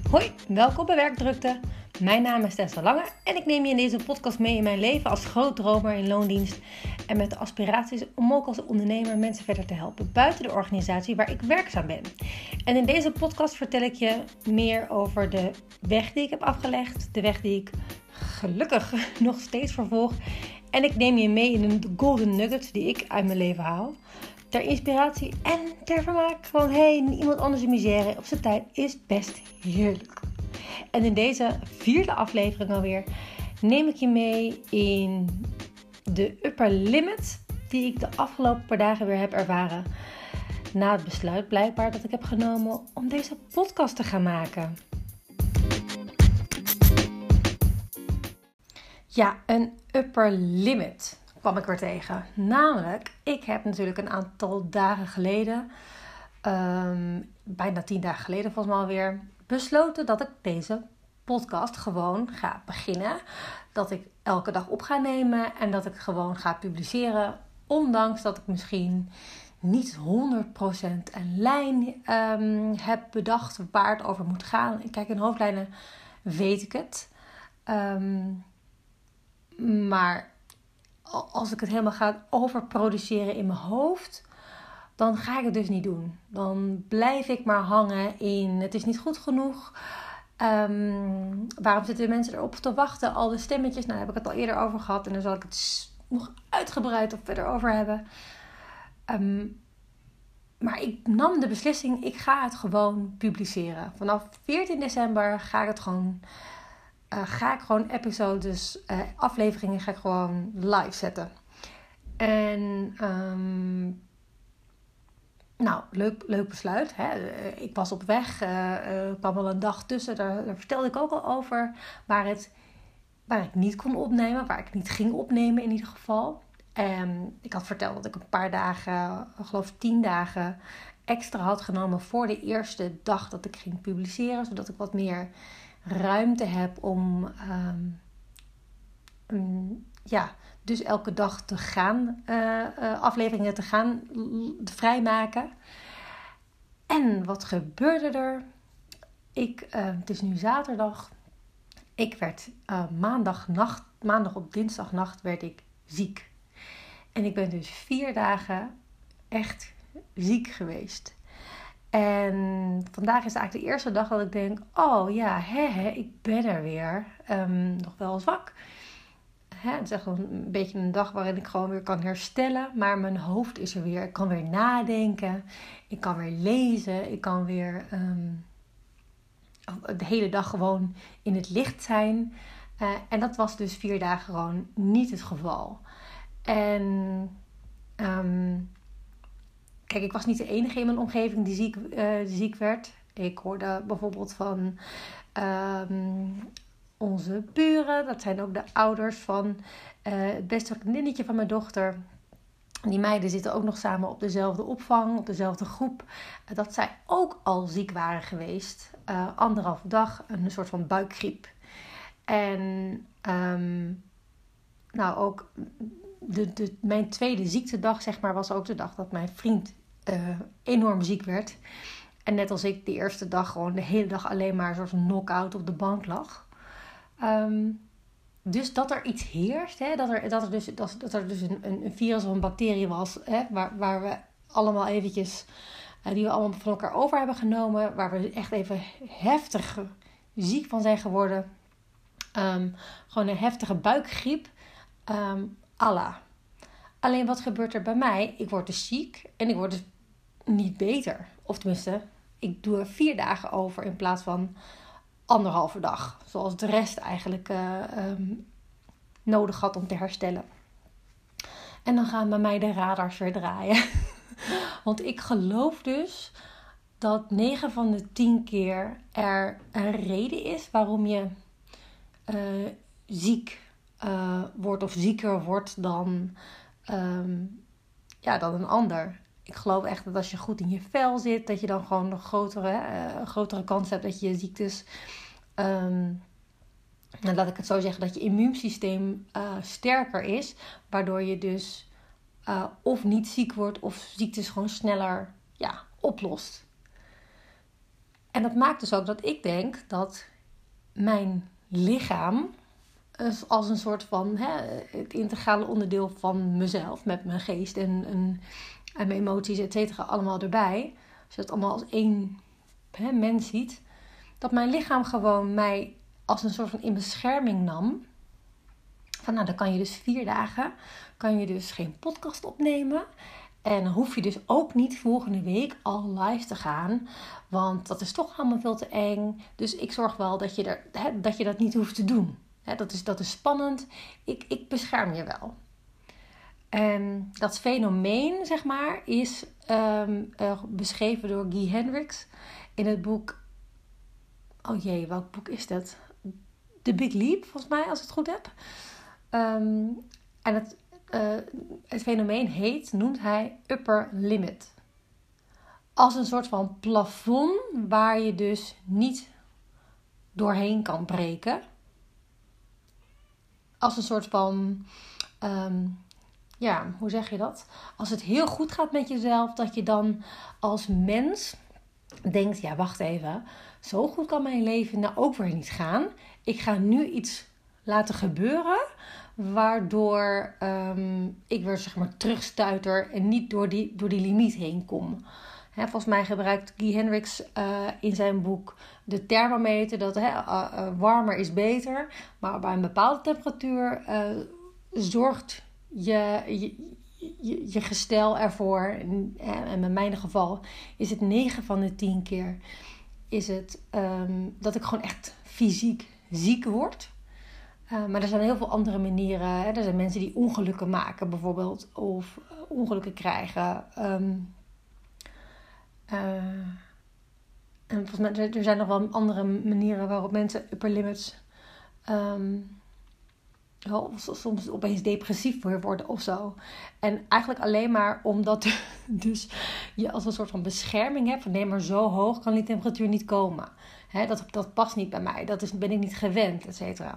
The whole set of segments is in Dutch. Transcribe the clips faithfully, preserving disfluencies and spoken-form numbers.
Hoi, welkom bij Werkdrukte. Mijn naam is Tessa Lange en ik neem je in deze podcast mee in mijn leven als grootdromer in loondienst en met de aspiraties om ook als ondernemer mensen verder te helpen buiten de organisatie waar ik werkzaam ben. En in deze podcast vertel ik je meer over de weg die ik heb afgelegd, de weg die ik gelukkig nog steeds vervolg. En ik neem je mee in de golden nuggets die ik uit mijn leven haal. Ter inspiratie en ter vermaak. Van hey, iemand anders in misère op zijn tijd is best heerlijk. En in deze vierde aflevering alweer neem ik je mee in de upper limit die ik de afgelopen paar dagen weer heb ervaren. Na het besluit blijkbaar dat ik heb genomen om deze podcast te gaan maken. Ja, een upper limit kwam ik weer tegen. Namelijk, ik heb natuurlijk een aantal dagen geleden, um, bijna tien dagen geleden volgens mij alweer, besloten dat ik deze podcast gewoon ga beginnen. Dat ik elke dag op ga nemen en dat ik gewoon ga publiceren. Ondanks dat ik misschien niet honderd procent een lijn um, heb bedacht waar het over moet gaan. Kijk, in hoofdlijnen weet ik het. Um, maar als ik het helemaal ga overproduceren in mijn hoofd, dan ga ik het dus niet doen. Dan blijf ik maar hangen in het is niet goed genoeg. Um, waarom zitten mensen erop te wachten? Al de stemmetjes, nou daar heb ik het al eerder over gehad. En daar zal ik het nog uitgebreid of verder over hebben. Um, maar ik nam de beslissing, ik ga het gewoon publiceren. Vanaf veertien december ga ik het gewoon... Uh, ga ik gewoon episodes, uh, afleveringen ga ik gewoon live zetten. En um, nou, leuk, leuk besluit. Hè? Uh, ik was op weg, uh, uh, kwam al een dag tussen, daar, daar vertelde ik ook al over. Waar, het, waar ik niet kon opnemen, waar ik niet ging opnemen in ieder geval. Um, ik had verteld dat ik een paar dagen, ik geloof tien dagen extra had genomen voor de eerste dag dat ik ging publiceren. Zodat ik wat meer ruimte heb om um, um, ja, dus elke dag te gaan, uh, uh, afleveringen te gaan l- vrijmaken. En wat gebeurde er? Ik, uh, het is nu zaterdag. Ik werd uh, maandagnacht, maandag op dinsdagnacht werd ik ziek. En ik ben dus vier dagen echt ziek geweest. En vandaag is eigenlijk de eerste dag dat ik denk, oh ja, hè, hè, ik ben er weer. Um, nog wel zwak. Hè, het is echt een beetje een dag waarin ik gewoon weer kan herstellen. Maar mijn hoofd is er weer. Ik kan weer nadenken. Ik kan weer lezen. Ik kan weer um, de hele dag gewoon in het licht zijn. Uh, en dat was dus vier dagen gewoon niet het geval. En... Um, Kijk, ik was niet de enige in mijn omgeving die ziek, uh, die ziek werd. Ik hoorde bijvoorbeeld van um, onze buren. Dat zijn ook de ouders van uh, het beste vriendinnetje van mijn dochter. Die meiden zitten ook nog samen op dezelfde opvang, op dezelfde groep. Uh, dat zij ook al ziek waren geweest. Uh, anderhalve dag, een soort van buikgriep. En um, nou ook... De, de, mijn tweede ziektedag, zeg maar, was ook de dag dat mijn vriend uh, enorm ziek werd. En net als ik de eerste dag gewoon de hele dag alleen maar een soort knock-out op de bank lag. Um, dus dat er iets heerst, hè, dat, er, dat er dus, dat, dat er dus een, een virus of een bacterie was, hè, waar, waar we allemaal eventjes, uh, die we allemaal van elkaar over hebben genomen, waar we echt even heftig ziek van zijn geworden. Um, gewoon een heftige buikgriep. Um, Allah. Alleen wat gebeurt er bij mij? Ik word dus ziek en ik word dus niet beter. Of tenminste, ik doe er vier dagen over in plaats van anderhalve dag. Zoals de rest eigenlijk uh, um, nodig had om te herstellen. En dan gaan bij mij de radars weer draaien. Want ik geloof dus dat negen van de tien keer er een reden is waarom je uh, ziek Uh, wordt of zieker wordt dan, um, ja, dan een ander. Ik geloof echt dat als je goed in je vel zit, dat je dan gewoon een grotere, uh, grotere kans hebt dat je ziektes, um, en laat ik het zo zeggen, dat je immuunsysteem uh, sterker is, waardoor je dus uh, of niet ziek wordt of ziektes gewoon sneller ja, oplost. En dat maakt dus ook dat ik denk dat mijn lichaam als een soort van hè, het integrale onderdeel van mezelf, met mijn geest en, en, en mijn emoties, et cetera, allemaal erbij. Als je dat allemaal als één hè, mens ziet, dat mijn lichaam gewoon mij als een soort van in bescherming nam. Van nou, dan kan je dus vier dagen, kan je dus geen podcast opnemen. En dan hoef je dus ook niet volgende week al live te gaan. Want dat is toch allemaal veel te eng. Dus ik zorg wel dat je, er, hè, dat, je dat niet hoeft te doen. Hè, dat, is, dat is spannend. Ik, ik bescherm je wel. En dat fenomeen, zeg maar, is um, uh, beschreven door Guy Hendricks in het boek... Oh jee, welk boek is dat? The Big Leap, volgens mij, als ik het goed heb. Um, en het... Uh, het fenomeen heet, noemt hij upper limit. Als een soort van plafond waar je dus niet doorheen kan breken. Als een soort van, um, ja, hoe zeg je dat? Als het heel goed gaat met jezelf, dat je dan als mens denkt, ja wacht even, zo goed kan mijn leven nou ook weer niet gaan. Ik ga nu iets laten gebeuren, waardoor um, ik weer zeg maar terugstuiter en niet door die, door die limiet heen kom. He, volgens mij gebruikt Guy Hendricks uh, in zijn boek de thermometer dat he, uh, uh, warmer is beter. Maar bij een bepaalde temperatuur uh, zorgt je, je, je, je gestel ervoor. En, en in mijn geval is het negen van de tien keer is het um, dat ik gewoon echt fysiek ziek word. Uh, maar er zijn heel veel andere manieren. Hè. Er zijn mensen die ongelukken maken bijvoorbeeld. Of uh, ongelukken krijgen. Um, uh, en volgens mij er, er zijn nog wel andere manieren waarop mensen upper limits... Um, oh, soms opeens depressief worden of zo. En eigenlijk alleen maar omdat dus je als een soort van bescherming hebt. Van nee, maar zo hoog kan die temperatuur niet komen. Hè, dat, dat past niet bij mij. Dat is, ben ik niet gewend, et cetera.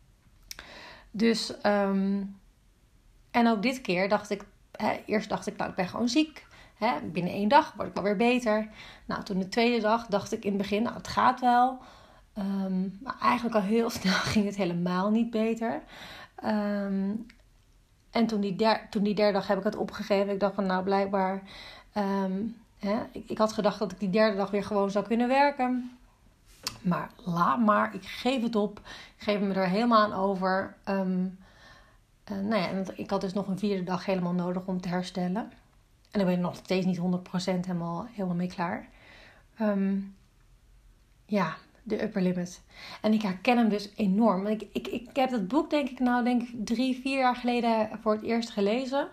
Dus, um, en ook dit keer dacht ik, hè, eerst dacht ik, nou, ik ben gewoon ziek. Hè, binnen één dag word ik wel weer beter. Nou, toen de tweede dag dacht ik in het begin, nou, het gaat wel. Um, maar eigenlijk al heel snel ging het helemaal niet beter. Um, en toen die, der, toen die derde dag heb ik het opgegeven. Ik dacht van, nou, blijkbaar, um, hè, ik, ik had gedacht dat ik die derde dag weer gewoon zou kunnen werken. Maar laat maar, ik geef het op. Ik geef me er helemaal aan over. Um, uh, nou ja, ik had dus nog een vierde dag helemaal nodig om te herstellen. En dan ben ik nog steeds niet honderd procent helemaal, helemaal mee klaar. Um, ja, de upper limit. En ik herken hem dus enorm. Ik, ik, ik heb het boek denk ik nou denk ik drie, vier jaar geleden voor het eerst gelezen.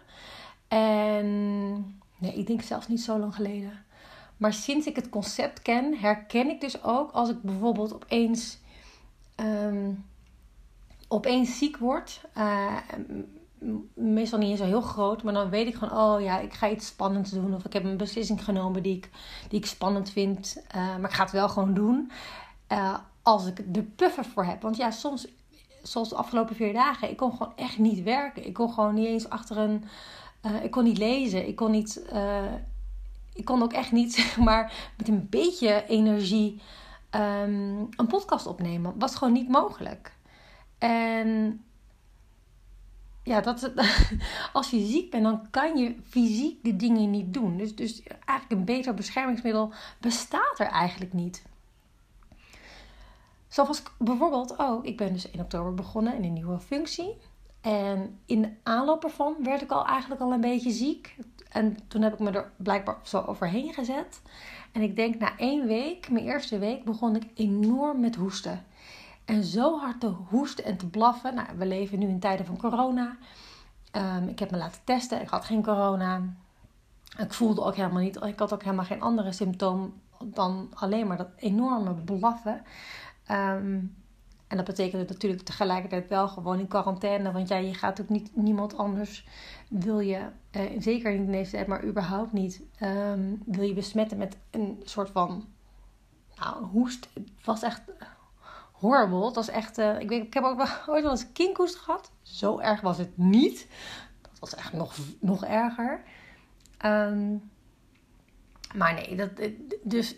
En nee, ik denk zelfs niet zo lang geleden. Maar sinds ik het concept ken, herken ik dus ook als ik bijvoorbeeld opeens, um, opeens ziek word. Uh, meestal niet eens zo heel groot, maar dan weet ik gewoon, oh ja, ik ga iets spannends doen. Of ik heb een beslissing genomen die ik, die ik spannend vind. Uh, maar ik ga het wel gewoon doen. Uh, als ik er puffer voor heb. Want ja, soms, zoals de afgelopen vier dagen, ik kon gewoon echt niet werken. Ik kon gewoon niet eens achter een, uh, ik kon niet lezen. Ik kon niet... Uh, Ik kon ook echt niet, zeg maar, met een beetje energie um, een podcast opnemen. Was gewoon niet mogelijk. En ja, dat, als je ziek bent, dan kan je fysiek de dingen niet doen. Dus, dus eigenlijk een beter beschermingsmiddel bestaat er eigenlijk niet. Zo was ik bijvoorbeeld ook, ik ben dus in oktober begonnen in een nieuwe functie. En in de aanloop ervan werd ik al eigenlijk al een beetje ziek. En toen heb ik me er blijkbaar zo overheen gezet. En ik denk na één week, mijn eerste week, begon ik enorm met hoesten. En zo hard te hoesten en te blaffen. Nou, we leven nu in tijden van corona. Um, ik heb me laten testen. Ik had geen corona. Ik voelde ook helemaal niet. Ik had ook helemaal geen andere symptoom dan alleen maar dat enorme blaffen. Um, En dat betekent natuurlijk tegelijkertijd wel gewoon in quarantaine. Want ja, je gaat ook niet, niemand anders wil je, eh, zeker niet in deze tijd, maar überhaupt niet, um, wil je besmetten met een soort van, nou, hoest. Het was echt horrible. Het was echt, uh, ik, weet, ik heb ook wel ooit wel eens kinkhoest gehad. Zo erg was het niet. Dat was echt nog, nog erger. Um, maar nee, dat, dus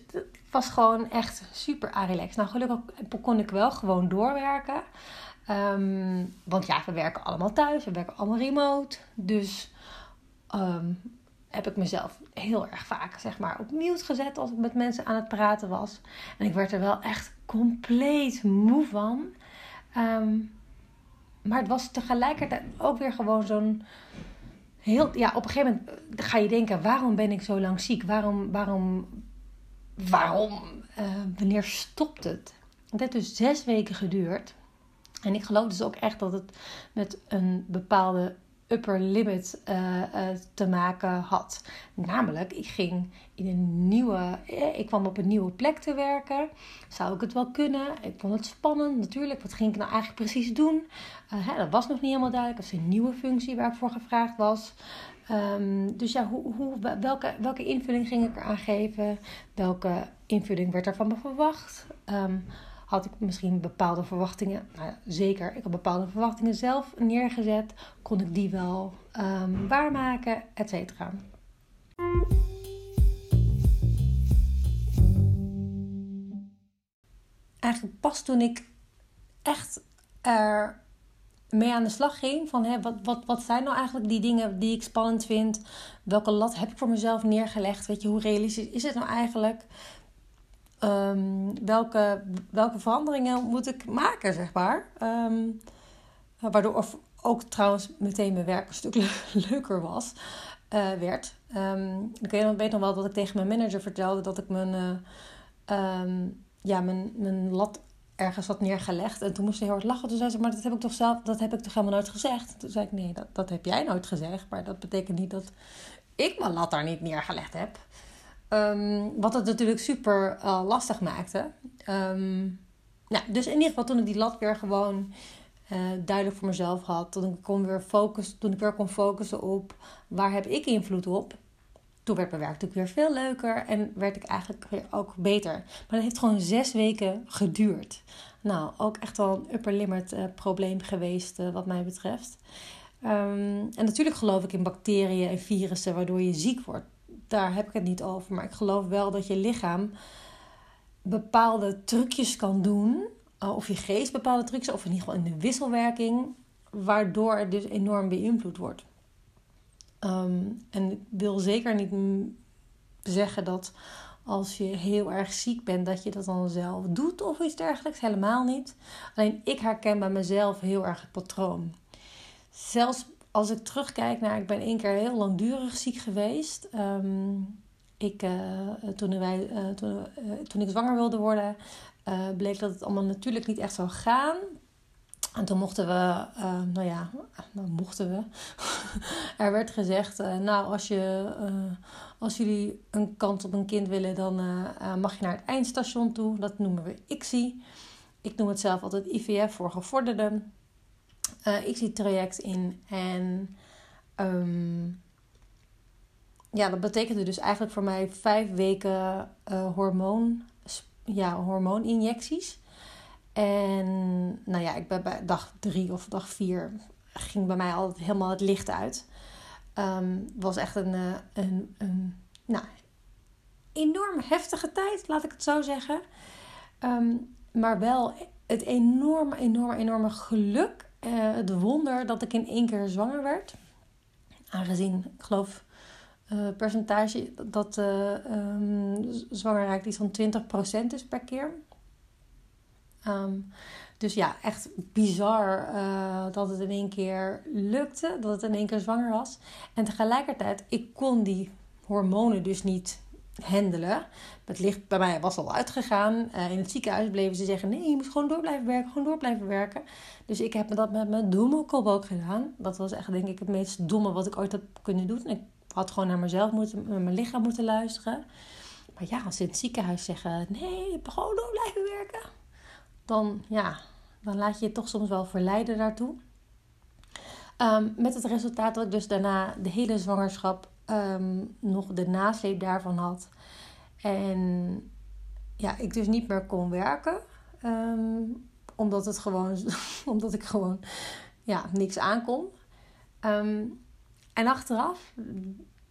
was gewoon echt super relaxed. Nou, gelukkig kon ik wel gewoon doorwerken. Um, want ja, we werken allemaal thuis. We werken allemaal remote. Dus um, heb ik mezelf heel erg vaak, zeg maar, op mute gezet als ik met mensen aan het praten was. En ik werd er wel echt compleet moe van. Um, maar het was tegelijkertijd ook weer gewoon zo'n heel... Ja, op een gegeven moment ga je denken, waarom ben ik zo lang ziek? Waarom, waarom, waarom, uh, wanneer stopt het? Het heeft dus zes weken geduurd. En ik geloof dus ook echt dat het met een bepaalde upper limit uh, uh, te maken had. Namelijk, ik ging in een nieuwe... Eh, ik kwam op een nieuwe plek te werken. Zou ik het wel kunnen? Ik vond het spannend, natuurlijk. Wat ging ik nou eigenlijk precies doen? Uh, hè, dat was nog niet helemaal duidelijk. Dat is een nieuwe functie waar ik voor gevraagd was. Um, dus ja, hoe, hoe, welke, welke invulling ging ik eraan geven? Welke invulling werd er van me verwacht? Um, Had ik misschien bepaalde verwachtingen, nou ja, zeker, ik had bepaalde verwachtingen zelf neergezet. Kon ik die wel um, waarmaken, et cetera. Eigenlijk pas toen ik echt er mee aan de slag ging. Van hè, wat, wat, wat zijn nou eigenlijk die dingen die ik spannend vind? Welke lat heb ik voor mezelf neergelegd? Weet je, hoe realistisch is het nou eigenlijk? Um, welke, welke veranderingen moet ik maken, zeg maar. Um, waardoor of ook trouwens meteen mijn werk een stuk le- leuker was, uh, werd. Um, ik weet, weet nog wel dat ik tegen mijn manager vertelde dat ik mijn, uh, um, ja, mijn, mijn lat ergens had neergelegd. En toen moest hij heel hard lachen. Toen zei ze, maar dat heb ik toch zelf, dat heb ik toch helemaal nooit gezegd? Toen zei ik, nee, dat, dat heb jij nooit gezegd. Maar dat betekent niet dat ik mijn lat daar niet neergelegd heb. Um, wat het natuurlijk super uh, lastig maakte. Um, ja, dus in ieder geval toen ik die lat weer gewoon uh, duidelijk voor mezelf had. Toen ik, kon weer focus, toen ik weer kon focussen op waar heb ik invloed op. Toen werd mijn werk natuurlijk weer veel leuker. En werd ik eigenlijk weer ook beter. Maar dat heeft gewoon zes weken geduurd. Nou, ook echt wel een upper limit uh, probleem geweest uh, wat mij betreft. Um, en natuurlijk geloof ik in bacteriën en virussen waardoor je ziek wordt. Daar heb ik het niet over. Maar ik geloof wel dat je lichaam bepaalde trucjes kan doen. Of je geest bepaalde trucjes. Of in ieder geval in de wisselwerking. Waardoor het dus enorm beïnvloed wordt. Um, en ik wil zeker niet m- zeggen dat als je heel erg ziek bent, dat je dat dan zelf doet of iets dergelijks. Helemaal niet. Alleen ik herken bij mezelf heel erg het patroon. Zelfs als ik terugkijk naar, ik ben één keer heel langdurig ziek geweest. Um, ik, uh, toen, wij, uh, toen, uh, toen ik zwanger wilde worden, uh, bleek dat het allemaal natuurlijk niet echt zou gaan. En toen mochten we, uh, nou ja, nou mochten we. Er werd gezegd, uh, nou als, je, uh, als jullie een kans op een kind willen, dan uh, uh, mag je naar het eindstation toe. Dat noemen we I C S I. Ik noem het zelf altijd I V F voor gevorderden. Uh, I C S I-traject in. En um, ja, dat betekende dus eigenlijk voor mij vijf weken uh, hormoon, ja, hormooninjecties. En nou ja, ik ben bij dag drie of dag vier ging bij mij altijd helemaal het licht uit. Um, het was echt een, een, een nou, enorm heftige tijd, laat ik het zo zeggen. Um, maar wel het enorme, enorme, enorme geluk. Uh, het wonder dat ik in één keer zwanger werd. Aangezien, ik geloof, uh, percentage dat uh, um, zwangerheid iets van twintig procent is per keer. Um, dus ja, echt bizar uh, dat het in één keer lukte. Dat het in één keer zwanger was. En tegelijkertijd, ik kon die hormonen dus niet handelen. Het licht bij mij was al uitgegaan. Uh, in het ziekenhuis bleven ze zeggen, nee, je moet gewoon door blijven werken. Gewoon door blijven werken. Dus ik heb dat met mijn domme kop ook gedaan. Dat was echt, denk ik, het meest domme wat ik ooit heb kunnen doen. Ik had gewoon naar mezelf moeten, naar mijn lichaam moeten luisteren. Maar ja, als ze in het ziekenhuis zeggen, nee, je moet gewoon door blijven werken. Dan, ja, dan laat je je toch soms wel verleiden daartoe. Um, met het resultaat dat ik dus daarna de hele zwangerschap um, nog de nasleep daarvan had. En ja, ik dus niet meer kon werken. Um, omdat het gewoon, omdat ik gewoon ja, niks aankon. Um, en achteraf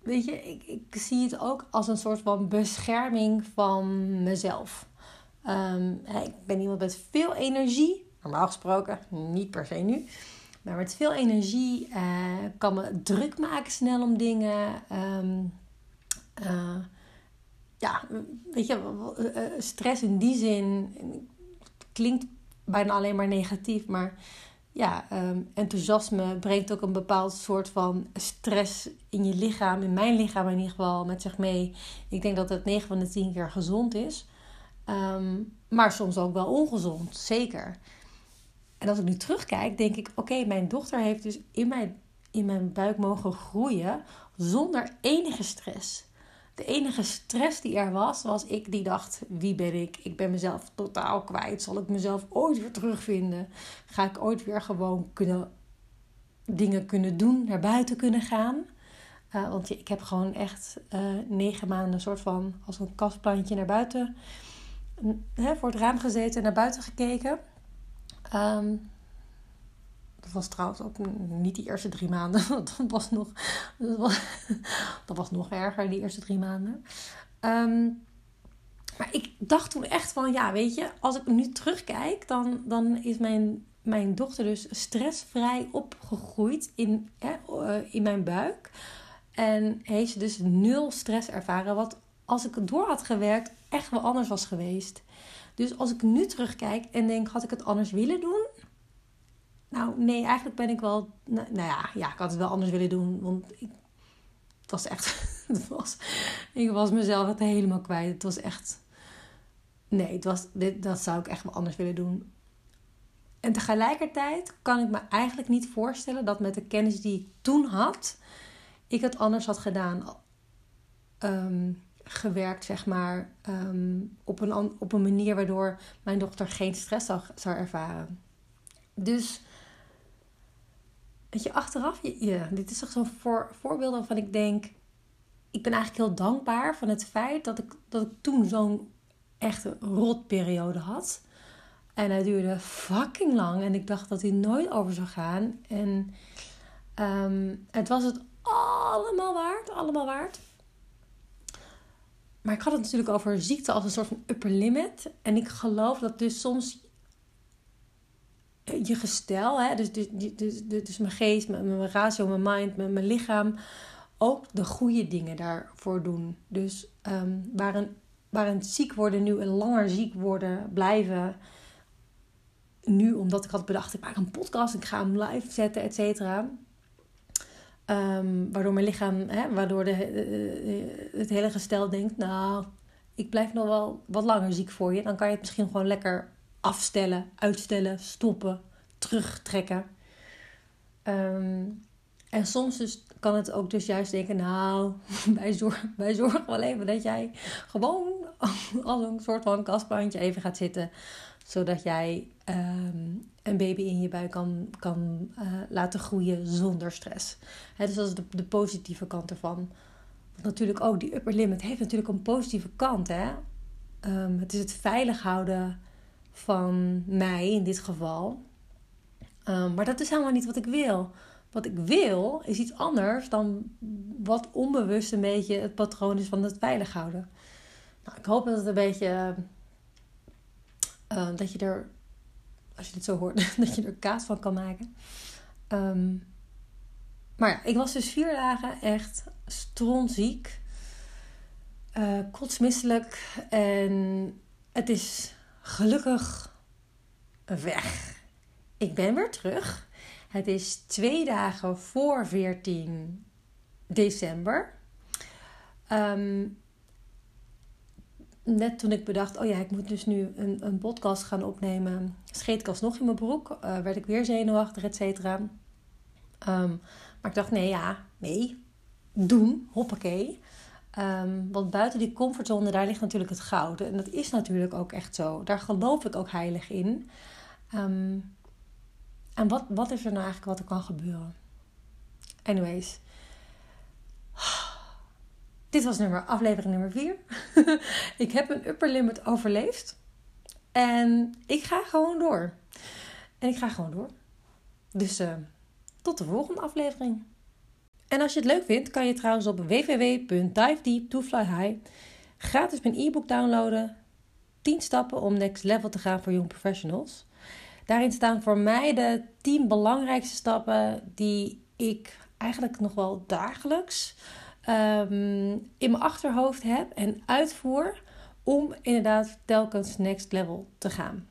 weet je, ik, ik zie het ook als een soort van bescherming van mezelf. Um, ik ben iemand met veel energie. Normaal gesproken, niet per se nu. Maar met veel energie. Uh, kan me druk maken snel om dingen. Um, uh, ja, weet je, uh, stress in die zin klinkt bijna alleen maar negatief. Maar ja, um, enthousiasme brengt ook een bepaald soort van stress in je lichaam. In mijn lichaam in ieder geval met zich mee. Ik denk dat het negen van de tien keer gezond is. Um, maar soms ook wel ongezond, zeker. En als ik nu terugkijk, denk ik... Oké, okay, mijn dochter heeft dus in mijn, in mijn buik mogen groeien zonder enige stress. De enige stress die er was, was ik die dacht... Wie ben ik? Ik ben mezelf totaal kwijt. Zal ik mezelf ooit weer terugvinden? Ga ik ooit weer gewoon kunnen, dingen kunnen doen, naar buiten kunnen gaan? Uh, want ik heb gewoon echt uh, negen maanden een soort van... als een kastplantje naar buiten... He, voor het raam gezeten en naar buiten gekeken. Um, dat was trouwens ook niet die eerste drie maanden. Dat was nog, dat was, dat was nog erger, die eerste drie maanden. Um, maar ik dacht toen echt van, ja, weet je, als ik nu terugkijk, dan, dan is mijn, mijn dochter dus stressvrij opgegroeid in, hè, in mijn buik. En heeft ze dus nul stress ervaren, wat als ik het door had gewerkt echt wel anders was geweest. Dus als ik nu terugkijk en denk, had ik het anders willen doen? Nou, nee, eigenlijk ben ik wel... Nou, nou ja, ja, ik had het wel anders willen doen. Want ik, het was echt... Het was, ik was mezelf het helemaal kwijt. Het was echt... Nee, het was, dit, dat zou ik echt wel anders willen doen. En tegelijkertijd kan ik me eigenlijk niet voorstellen... dat met de kennis die ik toen had... ik het anders had gedaan... Um, gewerkt, zeg maar, um, op, een, op een manier waardoor mijn dochter geen stress zou, zou ervaren. Dus, weet je, achteraf, je, je, dit is toch zo'n voor, voorbeeld waarvan ik denk, ik ben eigenlijk heel dankbaar van het feit dat ik, dat ik toen zo'n echte rotperiode had. En hij duurde fucking lang en ik dacht dat hij nooit over zou gaan. En um, het was het allemaal waard, allemaal waard. Maar ik had het natuurlijk over ziekte als een soort van upper limit. En ik geloof dat dus soms je gestel, hè, dus, dus, dus, dus mijn geest, mijn, mijn ratio, mijn mind, mijn, mijn lichaam, ook de goede dingen daarvoor doen. Dus um, waar, een, waar een ziek worden nu een langer ziek worden blijven. Nu, omdat ik had bedacht, ik maak een podcast, ik ga hem live zetten, et cetera. Um, waardoor mijn lichaam, hè, waardoor de, de, het hele gestel denkt, nou, ik blijf nog wel wat langer ziek voor je. Dan kan je het misschien gewoon lekker afstellen, uitstellen, stoppen, terugtrekken. Um, en soms dus kan het ook dus juist denken, nou, wij zorgen, wij zorgen wel even dat jij gewoon als een soort van kastplantje even gaat zitten. Zodat jij um, een baby in je buik kan, kan uh, laten groeien zonder stress. He, dus dat is de, de positieve kant ervan. Want natuurlijk ook, die upper limit heeft natuurlijk een positieve kant. Hè? Um, het is het veilig houden van mij in dit geval. Um, maar dat is helemaal niet wat ik wil. Wat ik wil is iets anders dan wat onbewust een beetje het patroon is van het veilig houden. Nou, ik hoop dat het een beetje... Uh, dat je er, als je dit zo hoort, dat je er kaas van kan maken. Um, maar ja, ik was dus vier dagen echt stronziek. Uh, kotsmisselijk. En het is gelukkig weg. Ik ben weer terug. Het is twee dagen voor veertien december. Um, Net toen ik bedacht, oh ja, ik moet dus nu een, een podcast gaan opnemen, scheet ik alsnog in mijn broek. Uh, werd ik weer zenuwachtig, et cetera. Um, maar ik dacht, nee, ja, nee, doen, hoppakee. Um, want buiten die comfortzone, daar ligt natuurlijk het goud. En dat is natuurlijk ook echt zo. Daar geloof ik ook heilig in. Um, en wat, wat is er nou eigenlijk wat er kan gebeuren? Anyways. Dit was nummer, aflevering nummer vier. Ik heb een upper limit overleefd. En ik ga gewoon door. En ik ga gewoon door. Dus uh, tot de volgende aflevering. En als je het leuk vindt, kan je trouwens op w w w punt dive deep to fly high gratis mijn e-book downloaden. tien stappen om next level te gaan voor young professionals. Daarin staan voor mij de tien belangrijkste stappen die ik eigenlijk nog wel dagelijks um, in mijn achterhoofd heb en uitvoer om inderdaad telkens next level te gaan.